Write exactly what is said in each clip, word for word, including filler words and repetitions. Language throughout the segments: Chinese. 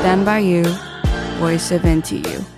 Stand by you, voice of N T U。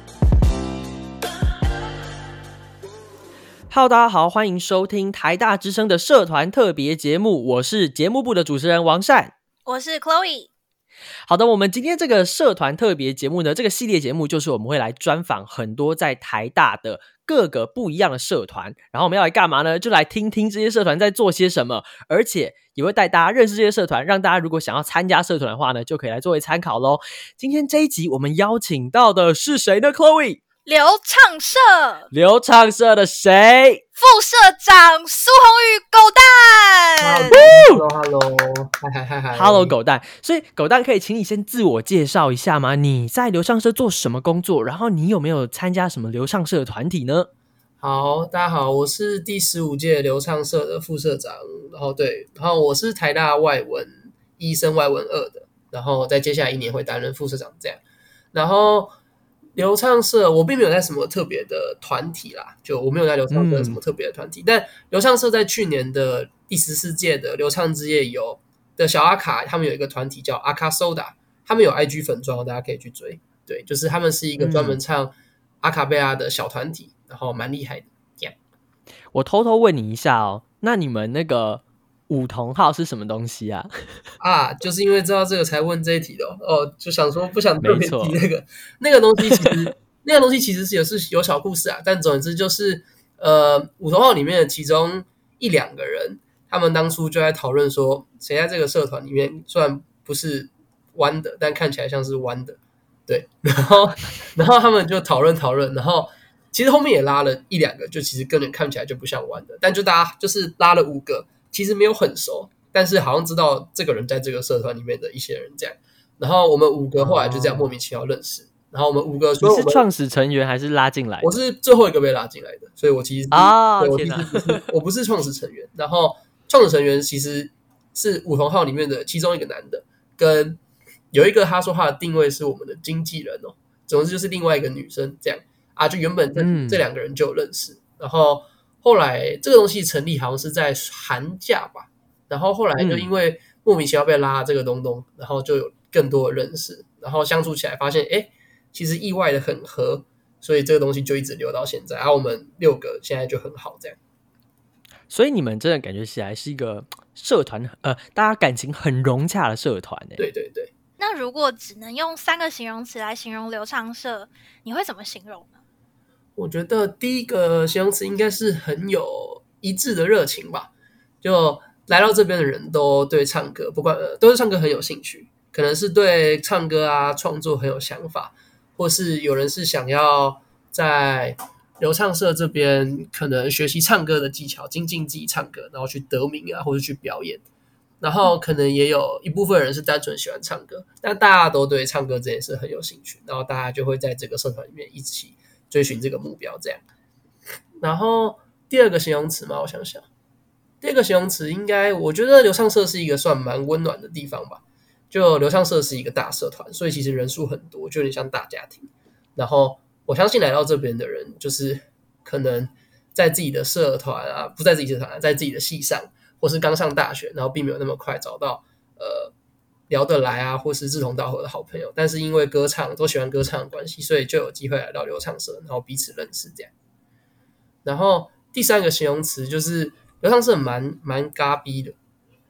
Hello， 大家好，欢迎收听台大之声的社团特别节目，我是节目部的主持人王善， 我是 Chloe。 好的，我们今天这个社团特别节目呢，这个系列节目就是我们会来专访很多在台大的各个不一样的社团，然后我们要来干嘛呢？就来听听这些社团在做些什么，而且也会带大家认识这些社团，让大家如果想要参加社团的话呢，就可以来作为参考咯。今天这一集我们邀请到的是谁呢 Chloe？ 流畅社流畅社的谁？ 副社长苏宏宇狗蛋。 Hello Hello 嗨嗨嗨嗨 Hello 狗蛋，所以狗蛋可以请你先自我介绍一下吗？你在流畅社做什么工作？然后你有没有参加什么流畅社的团体呢？ 好，大家好，我是第十五届流畅社的副社长，然后对，然后我是台大外文医生外文二的，然后在接下来一年会担任副社长这样。然后流畅社我并没有在什么特别的团体啦，就我没有在流畅社什么特别的团体、嗯、但流畅社在去年的第十四届的流畅之夜有的小阿卡，他们有一个团体叫阿卡 soda， 他们有 I G 粉专，大家可以去追。对，就是他们是一个专门唱阿卡贝拉的小团体、嗯、然后蛮厉害的。yeah. 我偷偷问你一下哦，那你们那个五同号是什么东西啊？ 啊，就是因为知道这个才问这一题的 哦, 哦就想说不想特别提那个那个东西，其实那个东西其实是有是有小故事啊，但总之就是呃五同号里面的其中一两个人，他们当初就在讨论说，谁在这个社团里面虽然不是弯的，但看起来像是弯的，对，然后然后他们就讨论讨论，然后其实后面也拉了一两个，就其实根本看起来就不像弯的，但就大家就是拉了五个，其实没有很熟，但是好像知道这个人在这个社团里面的一些人这样，然后我们五个后来就这样莫名其妙认识。然后我们五个， 你是创始成员还是拉进来的？ 我是最后一个被拉进来的，所以我其实啊， 我其实不是我不是创始成员。然后创始成员其实是五同号里面的其中一个男的，跟有一个他说他的定位是我们的经纪人哦，总之就是另外一个女生这样啊，就原本这、嗯、这两个人就有认识，然后后来这个东西成立好像是在寒假吧，然后后来就因为莫名其妙被拉这个东东，然后就有更多的认识，然后相处起来发现哎。其实意外的很合，所以这个东西就一直留到现在。然、啊、后我们六个现在就很好，这样。 所以你们真的感觉起来是一个社团，呃，大家感情很融洽的社团。 对对对。 那如果只能用三个形容词来形容流畅社，你会怎么形容呢？ 我觉得第一个形容词应该是很有一致的热情吧。就来到这边的人都对唱歌，不管、呃、都是唱歌很有兴趣，可能是对唱歌啊创作很有想法。或是有人是想要在流畅社这边可能学习唱歌的技巧，精进自己唱歌，然后去得名啊，或者去表演。然后可能也有一部分人是单纯喜欢唱歌，但大家都对唱歌这件事很有兴趣，然后大家就会在这个社团里面一起追寻这个目标这样。然后第二个形容词嘛，我想想，第二个形容词应该我觉得流畅社是一个算蛮温暖的地方吧。就流畅社是一个大社团，所以其实人数很多，就有点像大家庭。然后我相信来到这边的人，就是可能在自己的社团啊，不在自己社团、啊，在自己的系上，或是刚上大学，然后并没有那么快找到呃聊得来啊，或是志同道合的好朋友。但是因为歌唱都喜欢歌唱的关系，所以就有机会来到流畅社，然后彼此认识这样。然后第三个形容词就是流畅社蛮蛮嘎逼的。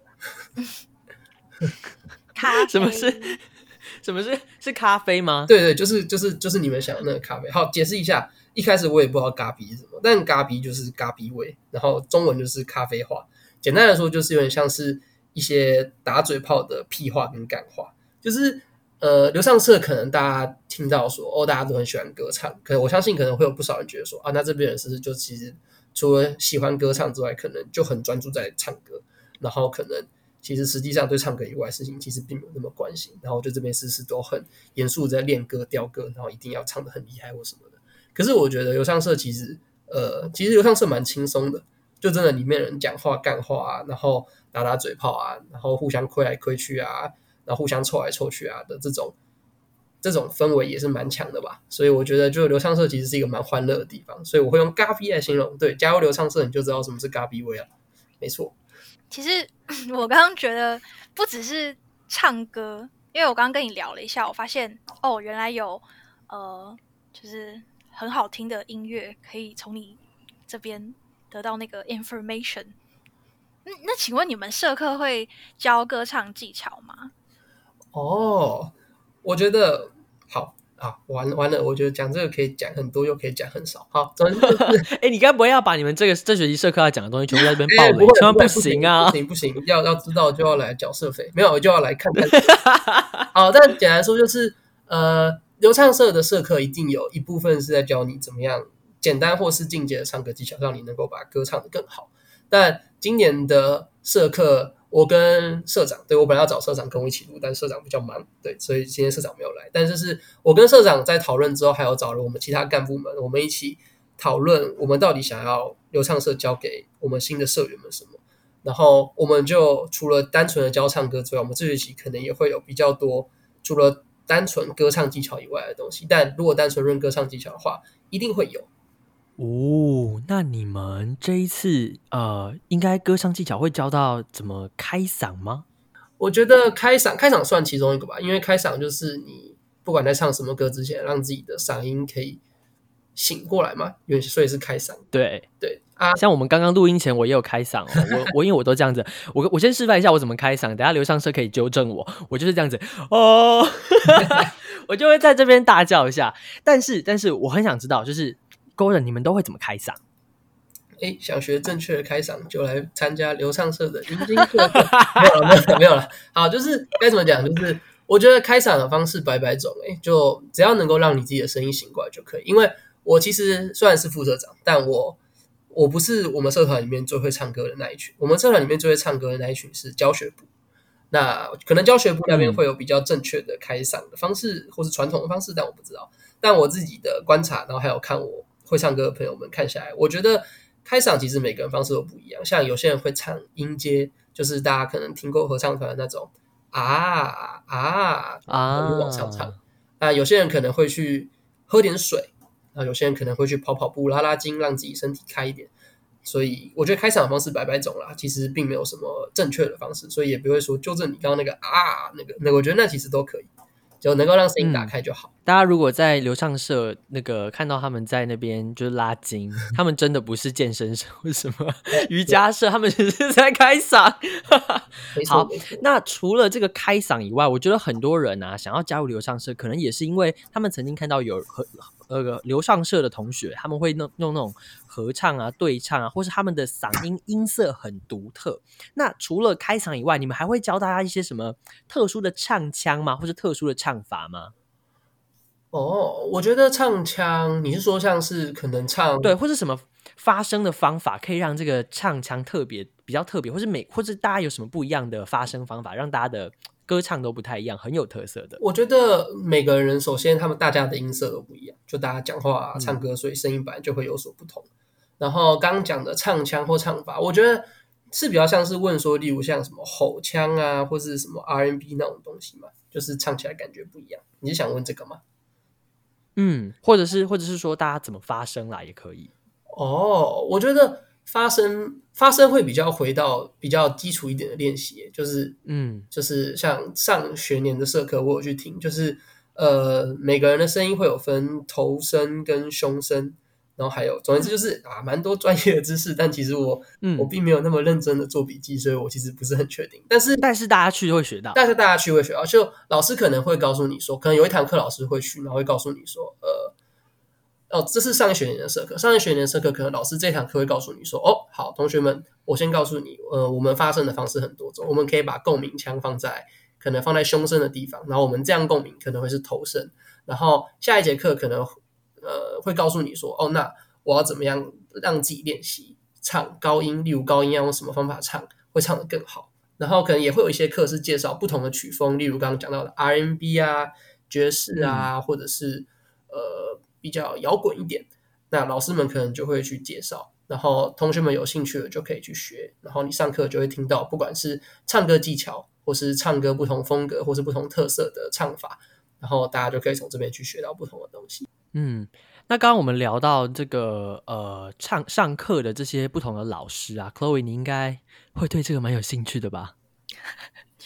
什么是什么是是咖啡吗？ 对对，就是就是就是你们想的那个咖啡。好，解释一下，一开始我也不知道咖啡是什么，但咖啡就是咖啡味，然后中文就是咖啡话。简单来说，就是有点像是一些打嘴炮的屁话跟干话。就是呃，流畅社可能大家听到说哦，大家都很喜欢歌唱，可能我相信可能会有不少人觉得说啊，那这边人是不是就其实除了喜欢歌唱之外，可能就很专注在唱歌，然后可能。其实实际上对唱歌以外的事情其实并没有那么关心，然后就这边事事都很严肃在练歌调歌，然后一定要唱得很厉害或什么的。可是我觉得流畅社其实呃，其实流畅社蛮轻松的，就真的里面人讲话干话啊，然后打打嘴炮啊，然后互相亏来亏去啊，然后互相凑来凑去啊的这种这种氛围也是蛮强的吧。所以我觉得就流畅社其实是一个蛮欢乐的地方，所以我会用嘎逼来形容。对，加入流畅社你就知道什么是嘎逼味了。没错。 其实我刚刚觉得不只是唱歌因为我刚刚跟你聊了一下，我发现哦，原来有呃，就是很好听的音乐可以从你这边得到那个 information。嗯，那请问你们社课会教歌唱技巧吗？ 哦，我觉得好啊，完完了，我觉得讲这个可以讲很多，又可以讲很少。好，总之就是哎、你该不会要把你们这个这学期社课要讲的东西全部在这边爆雷？ 欸不会千万不会行啊！ 不行不行，不行要要知道就要来缴社费，没有我就要来看看。好，但简单说就是呃，流畅社的社课一定有一部分是在教你怎么样简单或是进阶的唱歌技巧，让你能够把歌唱得更好。但今年的社课，我跟社长，对我本来要找社长跟我一起录，但社长比较忙，对，所以今天社长没有来。但就是我跟社长在讨论之后，还有找了我们其他干部们，我们一起讨论我们到底想要流畅社教给我们新的社员们什么。然后我们就除了单纯的教唱歌之外，我们这学期可能也会有比较多除了单纯歌唱技巧以外的东西。但如果单纯论歌唱技巧的话，一定会有。 哦，那你们这一次呃，应该歌唱技巧会教到怎么开嗓吗？ 我觉得开嗓开嗓算其中一个吧，因为开嗓就是你不管在唱什么歌之前，让自己的嗓音可以醒过来嘛，因为所以是开嗓。 对对啊， 像我们刚刚录音前，我也有开嗓哦。我我因为我都这样子，我我先示范一下我怎么开嗓，等一下刘上社可以纠正我。我就是这样子哦，我就会在这边大叫一下。但是但是我很想知道，就是 Gordon 你们都会怎么开嗓？ 哎，想学正确的开嗓，就来参加流畅社的迎新课程。没有了，没有了，没有了。好，就是该怎么讲，就是我觉得开嗓的方式百百种，哎，就只要能够让你自己的声音醒过来就可以。因为我其实虽然是副社长，但我我不是我们社团里面最会唱歌的那一群。我们社团里面最会唱歌的那一群是教学部。那可能教学部那边会有比较正确的开嗓的方式，或是传统的方式，但我不知道。但我自己的观察，然后还有看我会唱歌的朋友们看下来，我觉得开嗓其实每个人方式都不一样。像有些人会唱音阶，就是大家可能听过合唱团的那种啊啊啊，往上唱。那有些人可能会去喝点水，那有些人可能会去跑跑步、拉拉筋，让自己身体开一点。所以我觉得开嗓的方式百百种啦，其实并没有什么正确的方式，所以也不会说纠正你刚刚那个啊那个那个，我觉得那其实都可以。就能够让声音打开就好、嗯、 大家如果在流畅社那个看到他们在那边就是拉筋他们真的不是健身社或什么瑜伽社，他们只是在开嗓好，那除了这个开嗓以外，我觉得很多人啊想要加入流畅社，可能也是因为他们曾经看到有呃流畅社的同学，他们会弄用那种合唱啊对唱啊，或是他们的嗓音音色很独特。那除了开嗓以外，你们还会教大家一些什么特殊的唱腔吗？或是特殊的唱法吗？ 哦，我觉得唱腔，你是说像是可能唱对，或是什么发声的方法可以让这个唱腔特别比较特别，或是每或是大家有什么不一样的发声方法，让大家的歌唱都不太一样，很有特色的。 我觉得每个人首先他们大家的音色都不一样，就大家讲话、啊、唱歌，所以声音本来就会有所不同。然后刚刚讲的唱腔或唱法，我觉得是比较像是问说，例如像什么吼腔啊，或是什么 R and B 那种东西嘛，就是唱起来感觉不一样。你是想问这个吗？ 嗯，或者是或者是说大家怎么发声啦也可以。 哦，我觉得发声发声会比较回到比较基础一点的练习，就是嗯，就是像上学年的社课我有去听，就是呃每个人的声音会有分头声跟胸声。然后还有，总而言之就是啊，蛮多专业的知识，但其实我、嗯、我并没有那么认真的做笔记，所以我其实不是很确定。但是但是大家去会学到， 但是大家去会学到，就老师可能会告诉你说，可能有一堂课老师会去，然后会告诉你说，呃，哦，这是上一学年的社课，上一学年的社课可能老师这堂课会告诉你说，哦，好，同学们，我先告诉你，呃，我们发声的方式很多种，我们可以把共鸣腔放在可能放在胸声的地方，然后我们这样共鸣可能会是头声，然后下一节课可能。呃，会告诉你说，哦，那我要怎么样让自己练习唱高音，例如高音要用什么方法唱，会唱得更好。然后可能也会有一些课是介绍不同的曲风，例如刚刚讲到的 R and B 啊、爵士啊，嗯、或者是呃比较摇滚一点。那老师们可能就会去介绍，然后同学们有兴趣的就可以去学。然后你上课就会听到，不管是唱歌技巧，或是唱歌不同风格，或是不同特色的唱法，然后大家就可以从这边去学到不同的东西。 嗯，那刚刚我们聊到这个呃唱上课的这些不同的老师啊 ，Chloe 你应该会对这个蛮有兴趣的吧？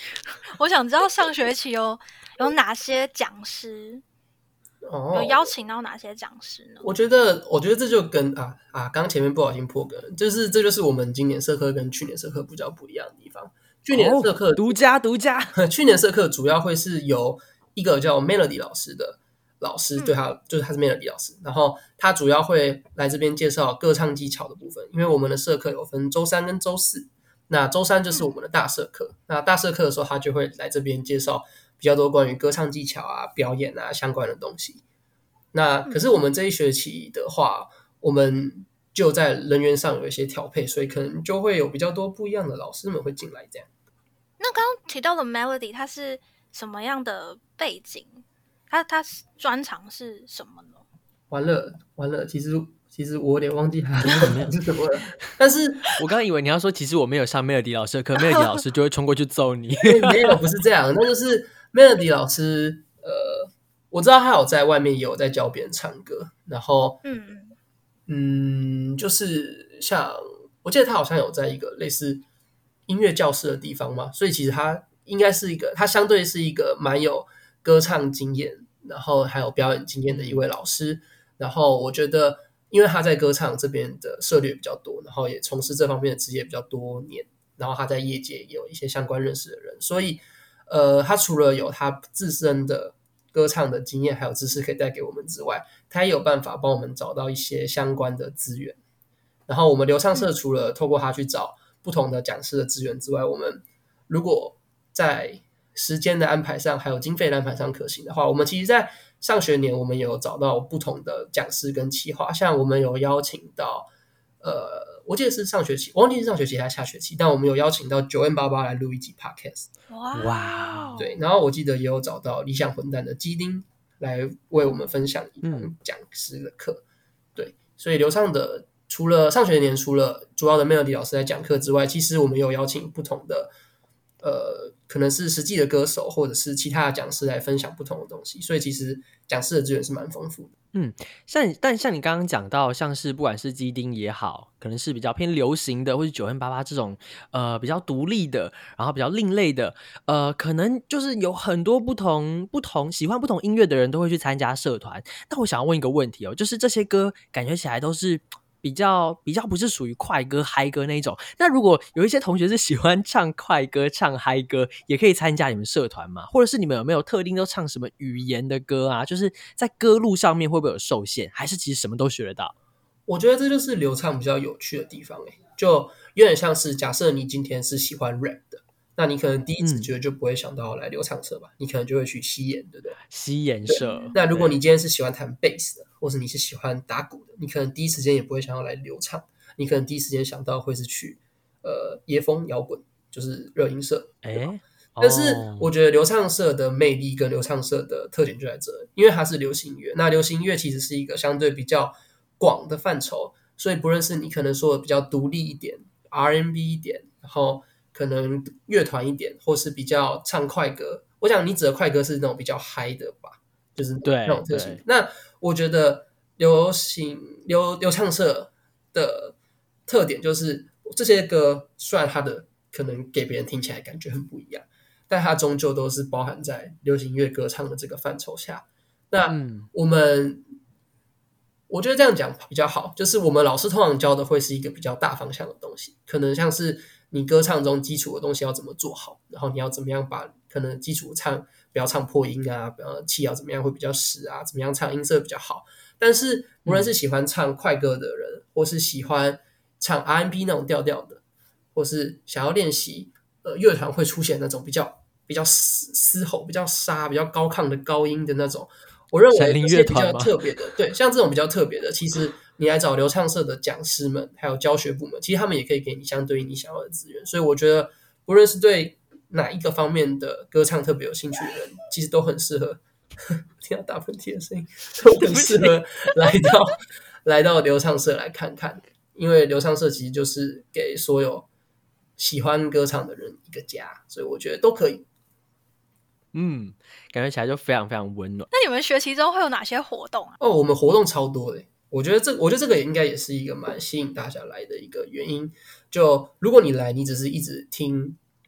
我想知道上学期有有哪些讲师， 哦， 有邀请到哪些讲师呢？ 我觉得，我觉得这就跟啊啊，刚前面不小心破梗，就是这就是我们今年社课跟去年社课比较不一样的地方。去年社课、 哦、独家独家， 去年社课主要会是由一个叫 Melody 老师的老师，对他、嗯、就是他是 Melody 老师，然后他主要会来这边介绍歌唱技巧的部分，因为我们的社课有分周三跟周四，那周三就是我们的大社课、嗯，那大社课的时候他就会来这边介绍比较多关于歌唱技巧啊、表演啊相关的东西。那可是我们这一学期的话，我们就在人员上有一些调配，所以可能就会有比较多不一样的老师们会进来这样。 那刚刚提到的 Melody 它是什么样的背景？他他专长是什么呢？ 完了完了，其实其实我有点忘记他是什么了。但是我刚刚以为你要说，其实我没有上 Melody 老师的课，Melody 老师就会冲过去揍你。 没有，不是这样，那就是 Melody 老师，呃，我知道他有在外面也有在教别人唱歌，然后嗯嗯，就是像我记得他好像有在一个类似音乐教室的地方嘛，所以其实他应该是一个，他相对是一个蛮有歌唱经验，然后还有表演经验的一位老师。然后我觉得，因为他在歌唱这边的涉猎比较多，然后也从事这方面的职业比较多年，然后他在业界也有一些相关认识的人，所以呃，他除了有他自身的歌唱的经验还有知识可以带给我们之外，他也有办法帮我们找到一些相关的资源。然后我们流畅社除了透过他去找不同的讲师的资源之外，我们如果在时间的安排上还有经费的安排上可行的话，我们其实在上学年我们有找到不同的讲师跟企划，像我们有邀请到呃，我记得是上学期，我忘记是上学期还是下学期，但我们有邀请到 九 N 八八 来录一集 podcast。 哇， 对，然后我记得也有找到理想混蛋的基丁来为我们分享一堂讲师的课、嗯、对，所以流畅的除了上学年除了主要的 Melody 老师在讲课之外，其实我们有邀请不同的呃，可能是实际的歌手或者是其他的讲师来分享不同的东西，所以其实讲师的资源是蛮丰富的。 嗯，像但像你刚刚讲到，像是不管是基丁也好，可能是比较偏流行的，或是九 N 八八这种呃比较独立的，然后比较另类的，呃，可能就是有很多不同不同喜欢不同音乐的人都会去参加社团。那我想要问一个问题哦，就是这些歌感觉起来都是比较比较不是属于快歌嗨歌那一种，那如果有一些同学是喜欢唱快歌唱嗨歌，也可以参加你们社团吗？或者是你们有没有特定都唱什么语言的歌啊？就是在歌路上面会不会有受限，还是其实什么都学得到？ 我觉得这就是流畅比较有趣的地方、欸、就有点像是假设你今天是喜欢 rap 的，那你可能第一直觉就不会想到来流畅社吧、嗯、你可能就会去西演，对不对？ 西演社。 那如果你今天是喜欢弹 bass 的，或是你是喜欢打鼓的，你可能第一时间也不会想要来流畅，你可能第一时间想到会是去呃椰风摇滚，就是热音社。哎，但是我觉得流畅社的魅力跟流畅社的特点就在这，因为它是流行乐，那流行乐其实是一个相对比较广的范畴，所以不论是你可能说的比较独立一点 R and B 一点，然后可能乐团一点，或是比较唱快歌，我想你指的快歌是那种比较嗨的吧，就是那种特性。那我觉得流行流流畅社的特点就是这些歌虽然它的可能给别人听起来感觉很不一样，但它终究都是包含在流行乐歌唱的这个范畴下。那我们、嗯、我觉得这样讲比较好，就是我们老师通常教的会是一个比较大方向的东西，可能像是你歌唱中基础的东西要怎么做好，然后你要怎么样把可能基础唱不要唱破音啊，气要怎么样会比较实啊，怎么样唱音色比较好。但是无论是喜欢唱快歌的人、嗯、或是喜欢唱 R and B 那种调调的，或是想要练习呃乐团会出现那种比较比较嘶吼比较沙比较高亢的高音的那种，我认为这些比较特别的，对，像这种比较特别的，其实你来找流畅社的讲师们还有教学部门，其实他们也可以给你相对应你想要的资源。所以我觉得不论是对哪一个方面的歌唱特别有兴趣的人，其实都很适合听到打喷嚏的声音都很适合来到来到流畅社来看看，因为流畅社其实就是给所有喜欢歌唱的人一个家，所以我觉得都可以。 嗯，感觉起来就非常非常温暖。 那你们学期中会有哪些活动啊？ 哦，我们活动超多的。我觉得这，我觉得这个也应该也是一个蛮吸引大家来的一个原因。就如果你来，你只是一直听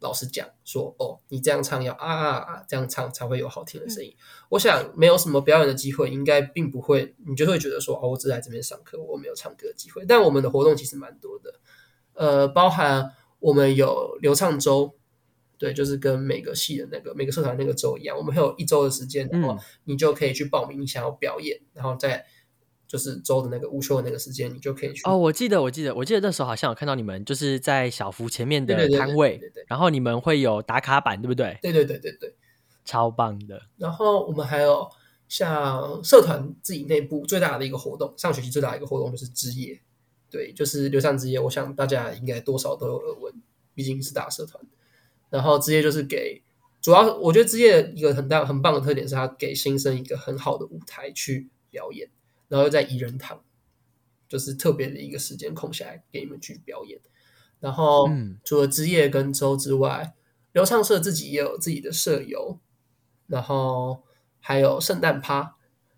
老师讲说，哦，你这样唱要啊啊啊，这样唱才会有好听的声音。嗯、我想没有什么表演的机会，应该并不会，你就会觉得说，哦，我只来这边上课，我没有唱歌的机会。但我们的活动其实蛮多的，呃，包含我们有流唱周，对，就是跟每个系的那个每个社团那个周一样，我们会有一周的时间，然后你就可以去报名你想要表演，然后再。就是周的那个午休的那个时间，你就可以去。 哦，我记得，我记得，我记得那时候好像有看到你们就是在小福前面的摊位，然后你们会有打卡板，对不对？ 对对对对对， 超棒的。 然后我们还有像社团自己内部最大的一个活动，上学期最大的一个活动就是之夜，对，就是流畅之夜。我想大家应该多少都有耳闻，毕竟是大社团。然后之夜就是给，主要我觉得之夜一个很大很棒的特点是，它给新生一个很好的舞台去表演。然后又在宜人堂，就是特别的一个时间空下来给你们去表演。然后、嗯、除了之夜跟周之外，流畅社自己也有自己的社游，然后还有圣诞趴，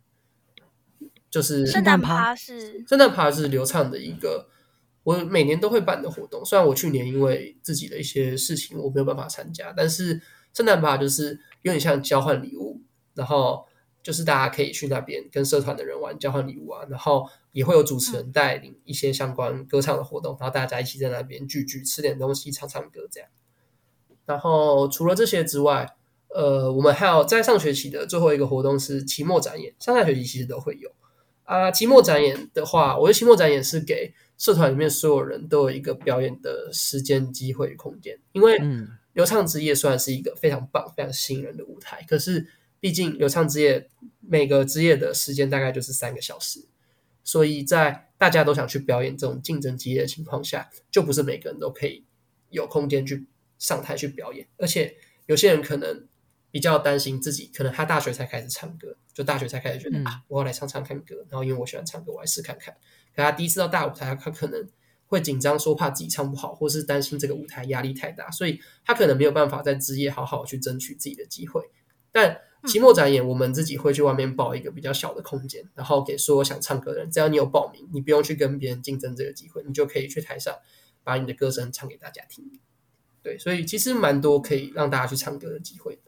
就是圣诞趴是圣诞趴是流畅的一个，我每年都会办的活动。虽然我去年因为自己的一些事情我没有办法参加，但是圣诞趴就是有点像交换礼物，然后。就是大家可以去那边跟社团的人玩交换礼物啊，然后也会有主持人带领一些相关歌唱的活动，然后大家一起在那边聚聚，吃点东西，唱唱歌这样。然后除了这些之外，呃，我们还有在上学期的最后一个活动是期末展演，上下学期其实都会有啊。期末展演的话，我觉得期末展演是给社团里面所有人都有一个表演的时间、机会与空间，因为流畅之夜虽然是一个非常棒、非常吸引人的舞台，可是毕竟流畅之夜每个之夜的时间大概就是三个小时，所以在大家都想去表演这种竞争激烈的情况下，就不是每个人都可以有空间去上台去表演。而且有些人可能比较担心自己，可能他大学才开始唱歌，就大学才开始觉得、嗯、啊，我要来唱唱看歌，然后因为我喜欢唱歌，我来试看看。可他第一次到大舞台，他可能会紧张，说怕自己唱不好，或是担心这个舞台压力太大，所以他可能没有办法在之夜好好去争取自己的机会。但期末展演我们自己会去外面报一个比较小的空间，然后给所有想唱歌的人，只要你有报名，你不用去跟别人竞争这个机会，你就可以去台上把你的歌声唱给大家听。对，所以其实蛮多可以让大家去唱歌的机会的。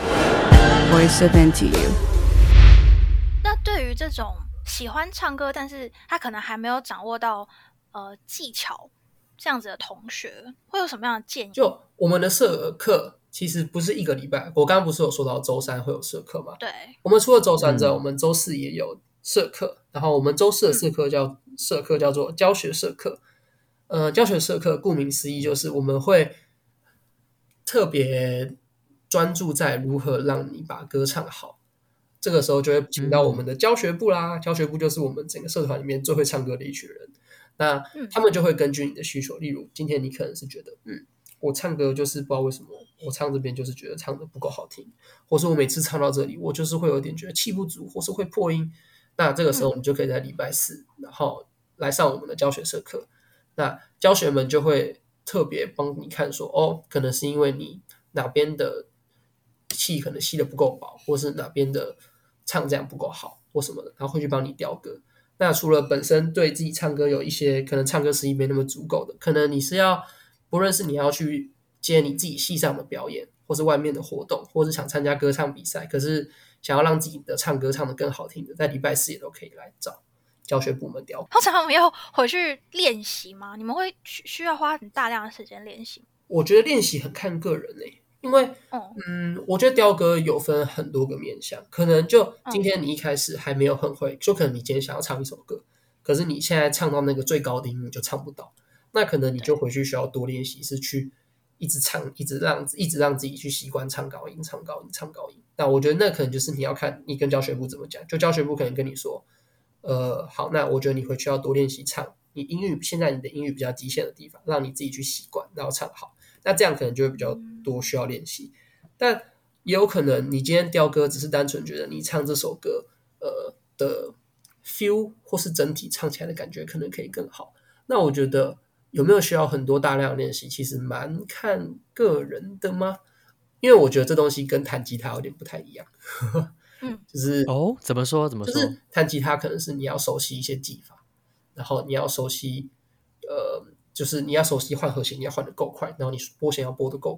Voice of N T U。 那对于这种喜欢唱歌，但是他可能还没有掌握到呃技巧这样子的同学，会有什么样的建议？ 就我们的社课其实不是一个礼拜，我刚刚不是有说到周三会有社课吗？ 对， 我们除了周三之外、嗯、我们周四也有社课，然后我们周四的社课叫、嗯、社课叫做教学社课。呃，教学社课顾名思义就是我们会特别专注在如何让你把歌唱好。这个时候就会请到我们的教学部啦、嗯、教学部就是我们整个社团里面最会唱歌的一群人。那他们就会根据你的需求，例如今天你可能是觉得嗯，我唱歌就是不知道为什么我唱这边就是觉得唱的不够好听，或是我每次唱到这里我就是会有点觉得气不足，或是会破音。那这个时候你就可以在礼拜四然后来上我们的教学社课。那教学们就会特别帮你看说，哦，可能是因为你哪边的气可能吸的不够饱，或是哪边的唱这样不够好或什么的，然后会去帮你调歌。那除了本身对自己唱歌有一些可能唱歌实力没那么足够的，可能你是要不论是你要去接你自己系上的表演，或是外面的活动，或是想参加歌唱比赛，可是想要让自己的唱歌唱得更好听的，在礼拜四也都可以来找教学部门调。 通常他们要回去练习吗？你们会需要花很大量的时间练习？ 我觉得练习很看个人欸，因为、哦、嗯，我觉得雕歌有分很多个面向，可能就今天你一开始还没有很会、嗯、就可能你今天想要唱一首歌，可是你现在唱到那个最高的音你就唱不到，那可能你就回去需要多练习，是去一直唱一直让一直让自己去习惯唱高音唱高音唱高音。那我觉得那可能就是你要看你跟教学部怎么讲，就教学部可能跟你说呃，好，那我觉得你回去要多练习唱你英语现在你的英语比较极限的地方，让你自己去习惯然后唱好，那这样可能就会比较多需要练习。但也有可能你今天雕歌只是单纯觉得你唱这首歌呃的 feel 或是整体唱起来的感觉可能可以更好，那我觉得有没有需要很多大量的练习其实蛮看个人的吗？因为我觉得这东西跟弹吉他有点不太一样嗯， 就是哦，怎么说怎么说？ 就是弹吉他可能是你要熟悉一些技法，然后你要熟悉呃，就是你要熟悉换和弦，你要换得够快，然后你拨弦要拨得够快，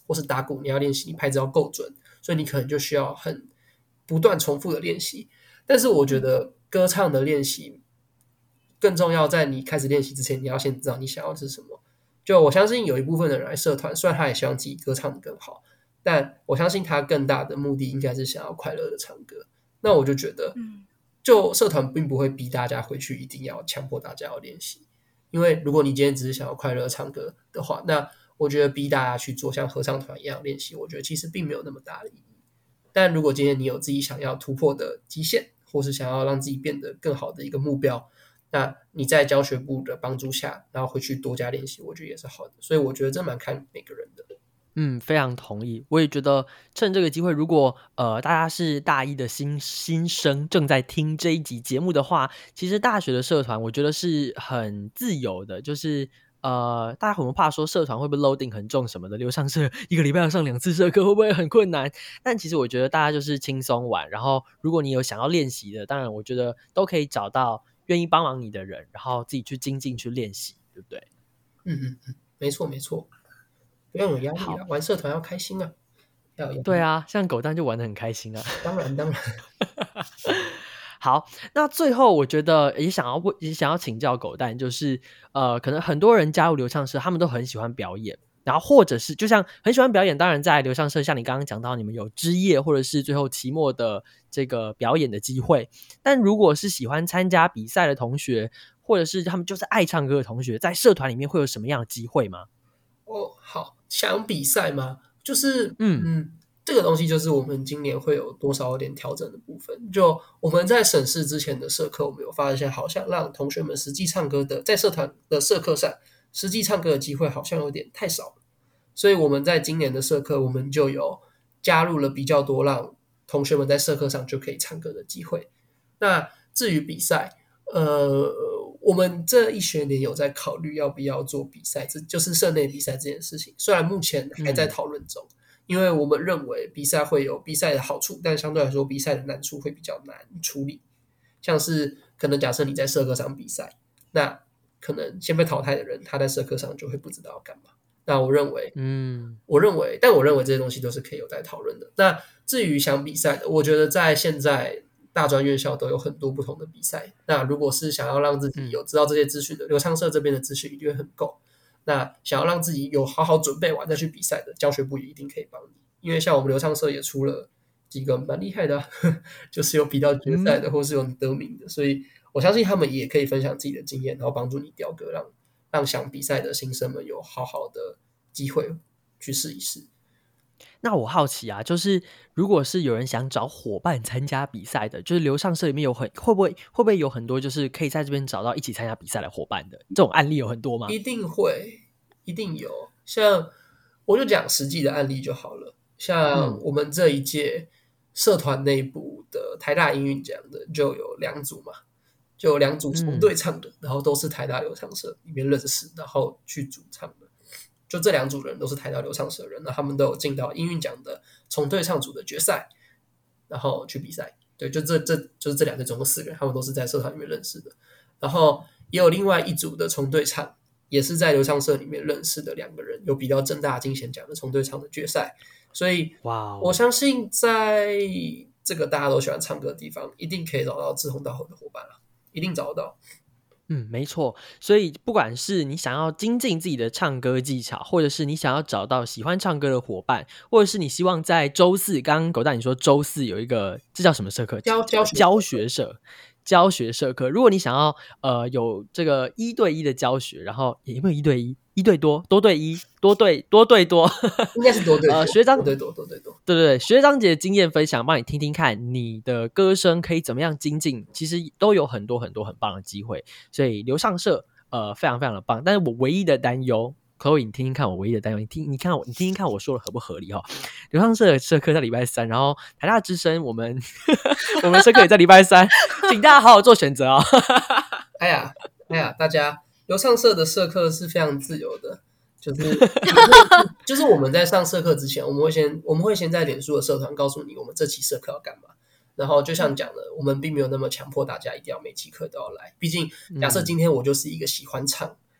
或是打鼓你要练习，你拍子要够准，所以你可能就需要很不断重复的练习。但是我觉得歌唱的练习更重要，在你开始练习之前，你要先知道你想要的是什么。就我相信有一部分的人来社团，虽然他也希望自己歌唱得更好，但我相信他更大的目的应该是想要快乐的唱歌。那我就觉得，就社团并不会逼大家回去一定要强迫大家要练习，因为如果你今天只是想要快乐唱歌的话，那我觉得逼大家去做像合唱团一样练习，我觉得其实并没有那么大的意义。但如果今天你有自己想要突破的极限，或是想要让自己变得更好的一个目标，那你在教学部的帮助下，然后回去多加练习，我觉得也是好的。所以我觉得这蛮看每个人的。 嗯，非常同意。我也觉得趁这个机会，如果呃大家是大一的新新生，正在听这一集节目的话，其实大学的社团我觉得是很自由的，就是呃大家很怕说社团会不会 loading 很重什么的，流畅社一个礼拜要上两次社课会不会很困难？但其实我觉得大家就是轻松玩，然后如果你有想要练习的，当然我觉得都可以找到愿意帮忙你的人，然后自己去精进去练习，对不对？ 嗯嗯嗯，没错没错。不要有压力啦，玩社团要开心啊！要有对啊，像狗蛋就玩得很开心啊。 当然当然。 好，那最后我觉得也想要也想要请教狗蛋，就是呃，可能很多人加入流畅社，他们都很喜欢表演，然后或者是就像很喜欢表演，当然在流畅社，像你刚刚讲到，你们有之夜或者是最后期末的这个表演的机会。但如果是喜欢参加比赛的同学，或者是他们就是爱唱歌的同学，在社团里面会有什么样的机会吗？ 哦，好，想比赛吗？就是嗯嗯，这个东西就是我们今年会有多少有点调整的部分。就我们在审视之前的社课，我们有发现好像让同学们实际唱歌的，在社团的社课上实际唱歌的机会好像有点太少了，所以我们在今年的社课，我们就有加入了比较多让同学们在社课上就可以唱歌的机会。那至于比赛，呃。我们这一学年有在考虑要不要做比赛，这就是社内比赛这件事情。虽然目前还在讨论中，嗯，因为我们认为比赛会有比赛的好处，但相对来说比赛的难处会比较难处理。像是可能假设你在社课上比赛，那可能先被淘汰的人，他在社课上就会不知道要干嘛。那我认为，嗯，我认为，但我认为这些东西都是可以有待讨论的。那至于想比赛的，我觉得在现在大专院校都有很多不同的比赛，那如果是想要让自己有知道这些资讯的，流畅社这边的资讯一定会很够。那想要让自己有好好准备完再去比赛的，教学部也一定可以帮你。因为像我们流畅社也出了几个蛮厉害的，啊，就是有比到决赛的，或是有得名的，所以我相信他们也可以分享自己的经验，然后帮助你调歌，让让想比赛的新生们有好好的机会去试一试。 那我好奇啊，就是如果是有人想找伙伴参加比赛的，就是流畅社里面有很会不会会不会有很多就是可以在这边找到一起参加比赛的伙伴的这种案例有很多吗？ 一定会，一定有。像我就讲实际的案例就好了。像我们这一届社团内部的台大音韵奖的就有两组嘛，就有两组从对唱的，嗯，然后都是台大流畅社里面认识，然后去主唱的。就这两组人都是台大流畅社的人，那他们都有进到音韵奖的从对唱组的决赛，然后去比赛。对，就这这就是这两队总共四个人，他们都是在社团里面认识的。然后也有另外一组的从对唱，也是在流畅社里面认识的两个人，有比较正大金弦奖的从对唱的决赛。所以，哇，我相信在这个大家都喜欢唱歌的地方，一定可以找到志同道合的伙伴了，一定找得到。 嗯，没错。所以不管是你想要精进自己的唱歌技巧，或者是你想要找到喜欢唱歌的伙伴，或者是你希望在周四，刚刚狗蛋你说周四有一个，这叫什么社课？ 教教学教学社。教学社课，如果你想要呃有这个一对一的教学，然后也没有一对一，一对多，多对一，多对多对多， 应该是多对多。 呃，学长多对多，多对多， 对对对，学长姐的经验分享，帮你听听看，你的歌声可以怎么样精进，其实都有很多很多很棒的机会。所以流畅社呃非常非常的棒，但是我唯一的担忧。Chloe， 你听听看我唯一的担忧，你听，你看我，你听听看我说的合不合理哈？流畅社的社课在礼拜三，然后台大之声我们我们社课也在礼拜三，请大家好好做选择哦。 哎呀，哎呀，大家流畅社的社课是非常自由的，就是就是我们在上社课之前，我们会先我们会先在脸书的社团告诉你我们这期社课要干嘛。然后就像讲的，我们并没有那么强迫大家一定要每期课都要来，毕竟假设今天我就是一个喜欢唱。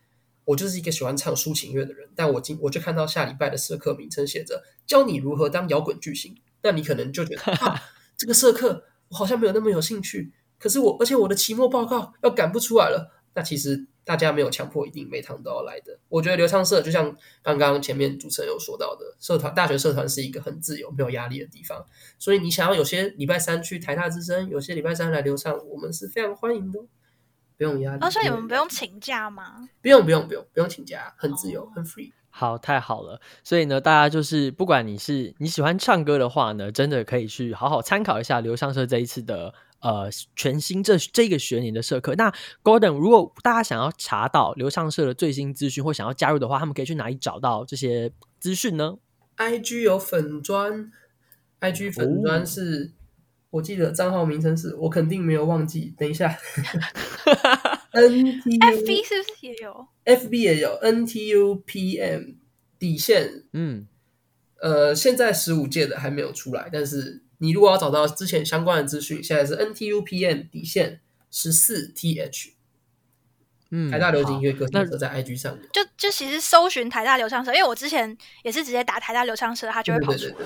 我就是一个喜欢唱抒情乐的人，但我今我就看到下礼拜的社课名称写着教你如何当摇滚巨星，那你可能就觉得啊，这个社课我好像没有那么有兴趣，可是我而且我的期末报告要赶不出来了。那其实大家没有强迫一定每堂都要来的。我觉得流畅社就像刚刚前面主持人有说到的，社团大学社团是一个很自由没有压力的地方，所以你想要有些礼拜三去台大之声，有些礼拜三来流畅，我们是非常欢迎的，不用压力。 哦，所以你们不用请假吗？ 不用不用不用不用请假，很自由、 哦、 很 free。 好，太好了。所以呢，大家就是不管你是你喜欢唱歌的话呢，真的可以去好好参考一下流畅社这一次的呃全新这这个学年的社课。那 Gordon， 如果大家想要查到流畅社的最新资讯或想要加入的话，他们可以去哪里找到这些资讯呢 ？I G 有粉专 ，I G 粉专是、哦、我记得账号名称是我肯定没有忘记，等一下。N T U F B 是不是也有 ？F B 也有 N T U P M 底线， 嗯， 呃，现在十五届的还没有出来，但是你如果要找到之前相关的资讯，现在是 N T U P M 底线十四 T H， 嗯，台大流行音乐歌唱社在 I G 上有， 就就其实搜寻台大流畅社，因为我之前也是直接打台大流畅社，它就会跑出来。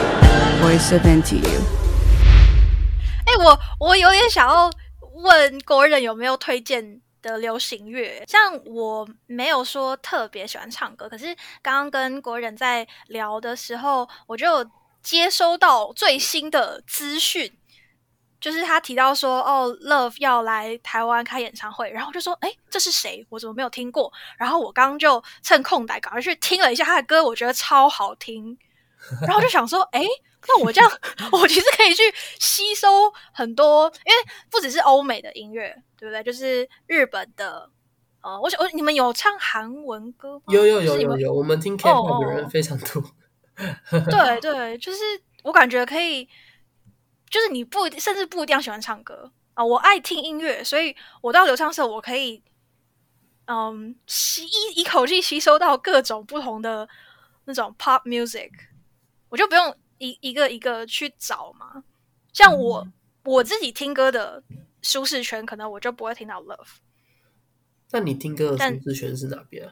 Voice of N T U。 哎、欸，我我有点想要问国人有没有推荐的流行乐，像我没有说特别喜欢唱歌，可是刚刚跟国人在聊的时候，我就接收到最新的资讯，就是他提到说哦 Love 要来台湾开演唱会，然后我就说哎，这是谁？我怎么没有听过？然后我刚刚就趁空档赶快去听了一下他的歌，我觉得超好听，然后就想说哎，那我这样我其实可以去吸收很多，因为不只是欧美的音乐，对不对？就是日本的，呃，我想我你们有唱韩文歌吗？ 有有有有有，我们听 K-pop 的人非常多。 哦、对对，就是我感觉可以，就是你不甚至不一定要喜欢唱歌啊、呃，我爱听音乐，所以我到流畅社我可以，嗯，吸一一口气吸收到各种不同的那种 pop music， 我就不用一一个一个去找嘛。像我、嗯、我自己听歌的舒适圈，可能我就不会听到 Love。 那你听歌的舒适圈是哪边啊？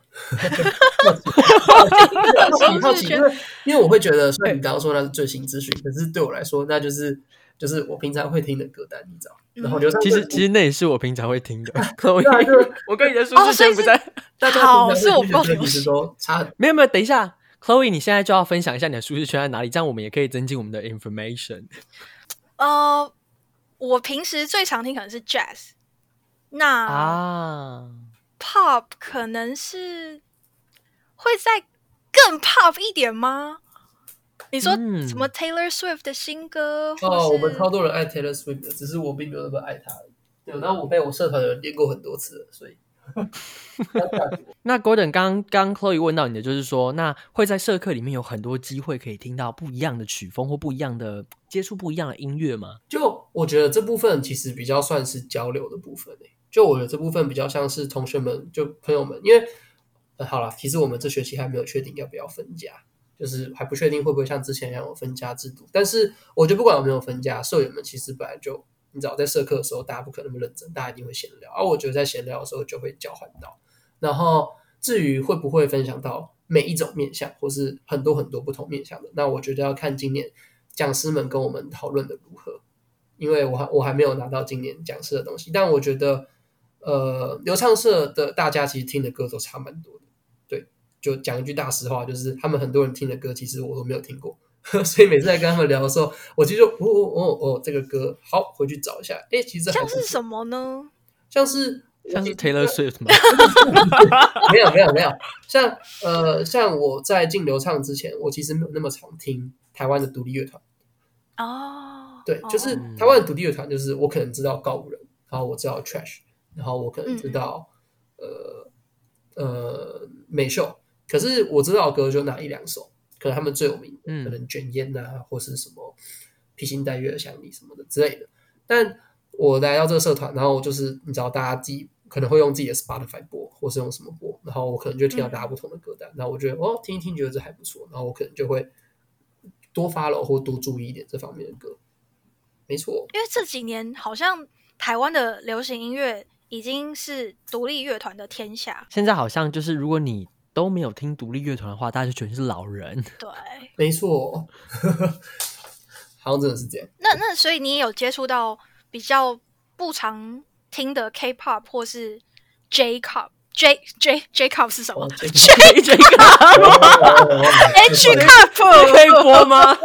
好奇， 因为因为我会觉得，虽然你刚刚说那是最新资讯，可是对我来说，那就是就是我平常会听的歌单，你知道？然后其实其实那也是我平常会听的。我跟你的舒适圈不在， 哦、大家好是我不其实都差。 没有没有，等一下 ，Chloe， 你现在就要分享一下你的舒适圈在哪里，这样我们也可以增进我们的 information。 呃，我平时最常听可能是 Jazz， 那啊。 Pop 可能是会再更 Pop 一点吗？你说什么 Taylor Swift 的新歌？ 嗯、哦，我们超多人爱 Taylor Swift 的，只是我并没有那么爱她。对，然后我被我社团的人练过很多次了，所以。 那 Gordon 刚刚 Chloe 问到你的就是说，那会在社课里面有很多机会可以听到不一样的曲风或不一样的接触不一样的音乐吗？ 就我觉得这部分其实比较算是交流的部分、欸、就我觉得这部分比较像是同学们就朋友们，因为、呃、好啦，其实我们这学期还没有确定要不要分家，就是还不确定会不会像之前一样有分家制度，但是我觉得不管有没有分家，社员们其实本来就你知道在社课的时候大家不可能那么认真，大家一定会闲聊，而、啊、我觉得在闲聊的时候就会交换到，然后至于会不会分享到每一种面向或是很多很多不同面向的，那我觉得要看今年讲师们跟我们讨论的如何，因为我还我还没有拿到今年讲师的东西，但我觉得呃，流畅社的大家其实听的歌都差蛮多的，对，就讲一句大实话，就是他们很多人听的歌其实我都没有听过，所以每次在跟他们聊的时候，我其实就哦哦哦，这个歌好回去找一下，哎，其实像是什么呢？ 像是像是 Taylor Swift 吗？ 没有没有没有，像呃像我在进流畅之前，我其实没有那么常听台湾的独立乐团。 哦， 对，就是台湾的独立乐团，就是我可能知道告五人，然后我知道 Trash， 然后我可能知道、嗯、呃呃美秀，可是我知道的歌就那一两首，可能他们最有名的、嗯、可能卷烟啊，或是什么披星戴月的想你什么的之类的。但我来到这个社团，然后就是你知道大家自己可能会用自己的 Spotify 播，或是用什么播，然后我可能就听到大家不同的歌单，嗯、然后我觉得哦听一听觉得这还不错，然后我可能就会多 follow 或多注意一点这方面的歌。没错， 因为这几年好像台湾的流行音乐已经是独立乐团的天下。 现在好像就是如果你都没有听独立乐团的话，大家就觉得你是老人。 对， 没错，好像真的是这样。 那那所以你也有接触到比较不常听的 K-pop 或是 J-pop。J J J-pop 是什么？ J J H cup 可以播吗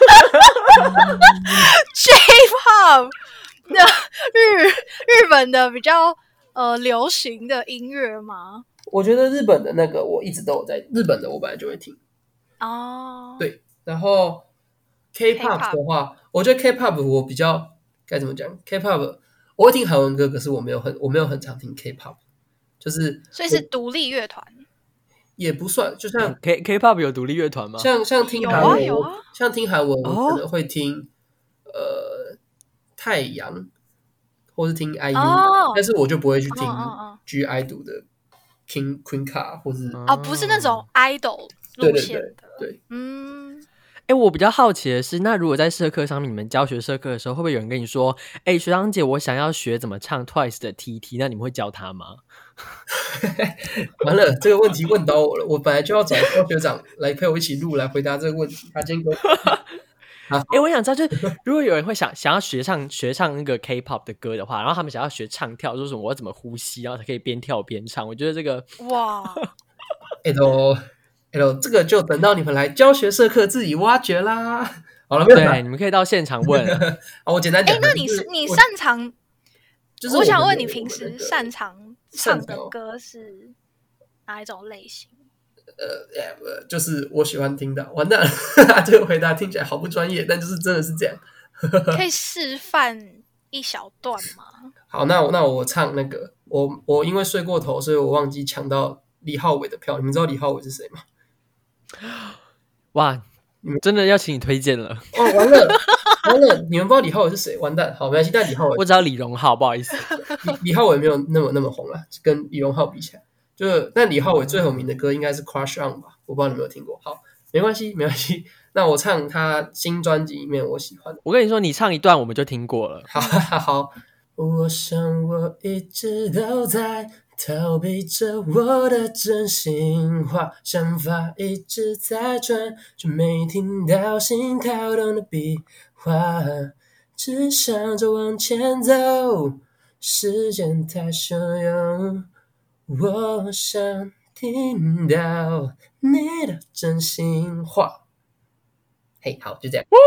？J-pop 的日日本的比较呃流行的音乐吗？ 我觉得日本的那个我一直都有在，日本的我本来就会听哦。 对，然后 K-pop 的话，我觉得 K-pop 我比较该怎么讲 ？K-pop 我会听韩文歌，可是我没有很我没有很常听 K-pop。就是所以是独立乐团， 也不算，就像 K K-pop 有独立乐团吗？ 像像听韩文， 有啊有啊像听韩文， 哦我可能会听、呃太阳，或是听 I U，、 哦但是我就不会去听哦哦哦 G idol 的 King Queen Card 或是、 哦，不是那种 idol 对对路线的。 对对， 嗯， 哎，我比较好奇的是，那如果在社课上面，你们教学社课的时候，会不会有人跟你说，哎，学长姐，我想要学怎么唱 Twice 的 T T， 那你们会教他吗？ 完了，这个问题问到我了。我本来就要找高学长来陪我一起录，来回答这个问题。他今天给我哎，我想知道，就是如果有人会想想要学唱学唱那个 K-pop 的歌的话，然后他们想要学唱跳，就是我要怎么呼吸，然后才可以边跳边唱。我觉得这个哇， 哎呦哎呦，这个就等到你们来教学社课自己挖掘啦。好了，没有对，你们可以到现场问。 好，我简单讲。 哎，那你就是你我擅长？ 就是我想们的问你平时我们的擅长唱的歌是哪一种类型？ 呃，就是我喜欢听的。完蛋了，这个回答听起来好不专业，但就是真的是这样。 可以示范一小段吗？ 好，那我那我唱那个，我我因为睡过头，所以我忘记抢到李浩伟的票。你们知道李浩伟是谁吗？ 哇，真的要请你推荐了。 哦，完了完了，你们不知道李浩伟是谁？完蛋，好，没关系。但李浩伟， 我只知道李荣浩，不好意思。 李李浩伟没有那么那么红了，跟李荣浩比起来，就但李浩伟最有名的歌应该是《Crush On》吧？我不知道你有没有听过。好，没关系，没关系。那我唱他新专辑里面我喜欢的。 我跟你说，你唱一段我们就听过了。 好好好，我想我一直都在逃避着我的真心话，想法一直在转，却没听到心跳动的笔画，只想着往前走，时间太汹涌，我想听到你的真心话。嘿，好，就这样。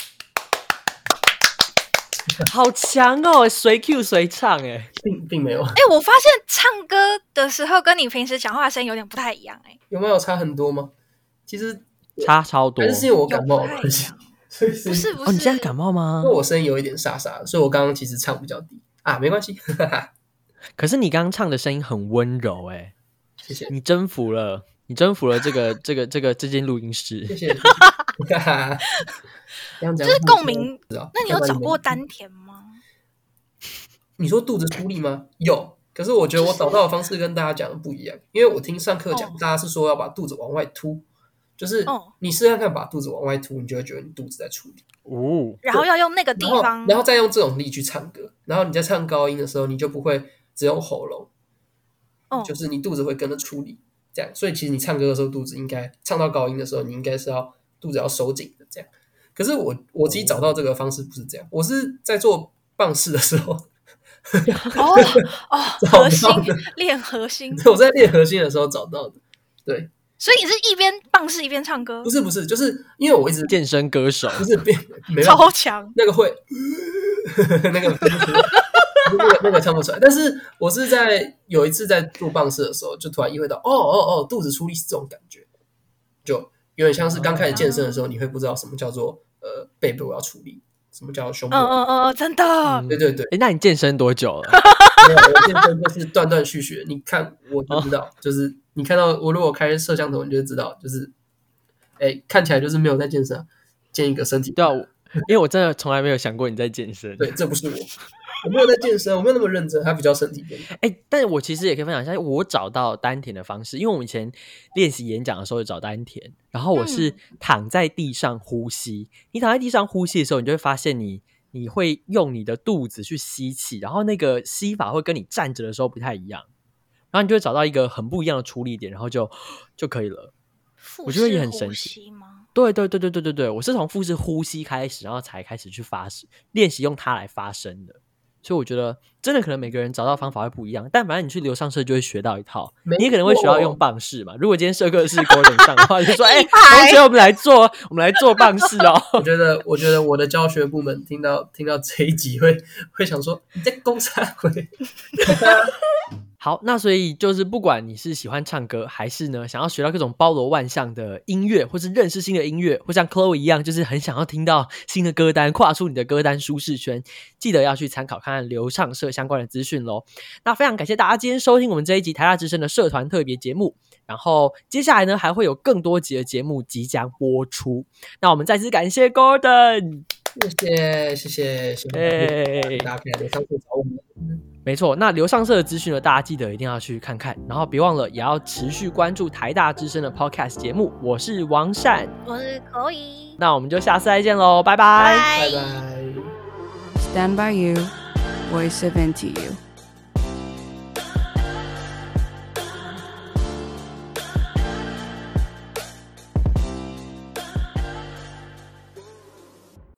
好强哦，随 Q 随唱哎， 并并没有， 哎、我发现唱歌的时候跟你平时讲话的声音有点不太一样、哎， 有没有差很多吗？其实差超多还。是是因为我感冒的有不太关系一样， 所以是不是不是， 哦，你现在感冒吗因为？我声音有一点沙沙的，所以我刚刚其实唱比较低啊，没关系，哈哈， 可是你刚刚唱的声音很温柔哎， 谢谢你征服了，你征服了这个这个这个这间录音室。 谢谢，哈哈，这样讲就是共鸣。 知道那你有找过丹田吗？ 你说肚子出力吗？有，可是我觉得我找到的方式跟大家讲的不一样，因为我听上课讲， 哦大家是说要把肚子往外凸，就是哦你试看看把肚子往外凸，你就会觉得你肚子在出力。 哦， 然后要用那个地然后方， 然后再用这种力去唱歌，然后你在唱高音的时候，你就不会只用喉咙， 哦， 就是你肚子会跟着出力，这样。所以其实你唱歌的时候，肚子应该唱到高音的时候，你应该是要肚子要收紧的这样。可是我我自己找到这个方式不是这样，我是在做棒式的时候， 哦哦， 找核心到的练核心， 我在练核心的时候找到的。对， 所以你是一边棒式一边唱歌不，是不是，就是因为我一直健身歌手。 不是变没办法超强， 那个会，那个那个那个唱不出来。但是我是在有一次在做棒式的时候，就突然意会到，哦哦哦，肚子出力是这种感觉，就有点像是刚开始健身的时候，你会不知道什么叫做呃背部要出力，什么叫胸部嗯要。 嗯嗯嗯，真的， 嗯对对对， 哎，那你健身多久了？ 没有我健身就是断断续续的。你看我就知道，就是你看到我如果开摄像头，你就知道，就是哎看起来就是没有在健身啊，健一个身体。 对啊，我因为我真的从来没有想过你在健身。 对，这不是我，我没有在健身，我没有那么认真，他比较身体健康。 哎，但是我其实也可以分享一下，我找到丹田的方式，因为我们以前练习演讲的时候就找丹田，然后我是躺在地上呼吸。你躺在地上呼吸的时候，你就会发现你你会用你的肚子去吸气，然后那个吸法会跟你站着的时候不太一样，然后你就会找到一个很不一样的处理点，然后就就可以了。我觉得也很神奇吗？ 对对对对对对对，我是从腹式呼吸开始，然后才开始去发练习用它来发声的。所以我觉得真的可能每个人找到方法会不一样，但反正你去流上社就会学到一套，你也可能会学到用棒式嘛。如果今天社课是 Gordon 上的话，就说哎，同学我们来做，我们来做棒式哦。 我觉得，我觉得我的教学部门听到听到这一集会会想说你在攻啥鬼？ 好，那所以就是不管你是喜欢唱歌，还是呢想要学到各种包罗万象的音乐，或是认识新的音乐，或像 Chloe 一样就是很想要听到新的歌单，跨出你的歌单舒适圈，记得要去参考看看流畅社相关的资讯咯。那非常感谢大家今天收听我们这一集台大之声的社团特别节目，然后接下来呢还会有更多集的节目即将播出。那我们再次感谢 Gordon， 谢谢谢谢谢谢大家可以来流畅社找我们。 没错，那流上社的资讯呢，大家记得一定要去看看，然后别忘了也要持续关注台大之声的 Podcast 节目。我是王善， 我是Chloe， 那我们就下次再见喽，拜拜， 拜拜。 Stand by you, voice of N T U.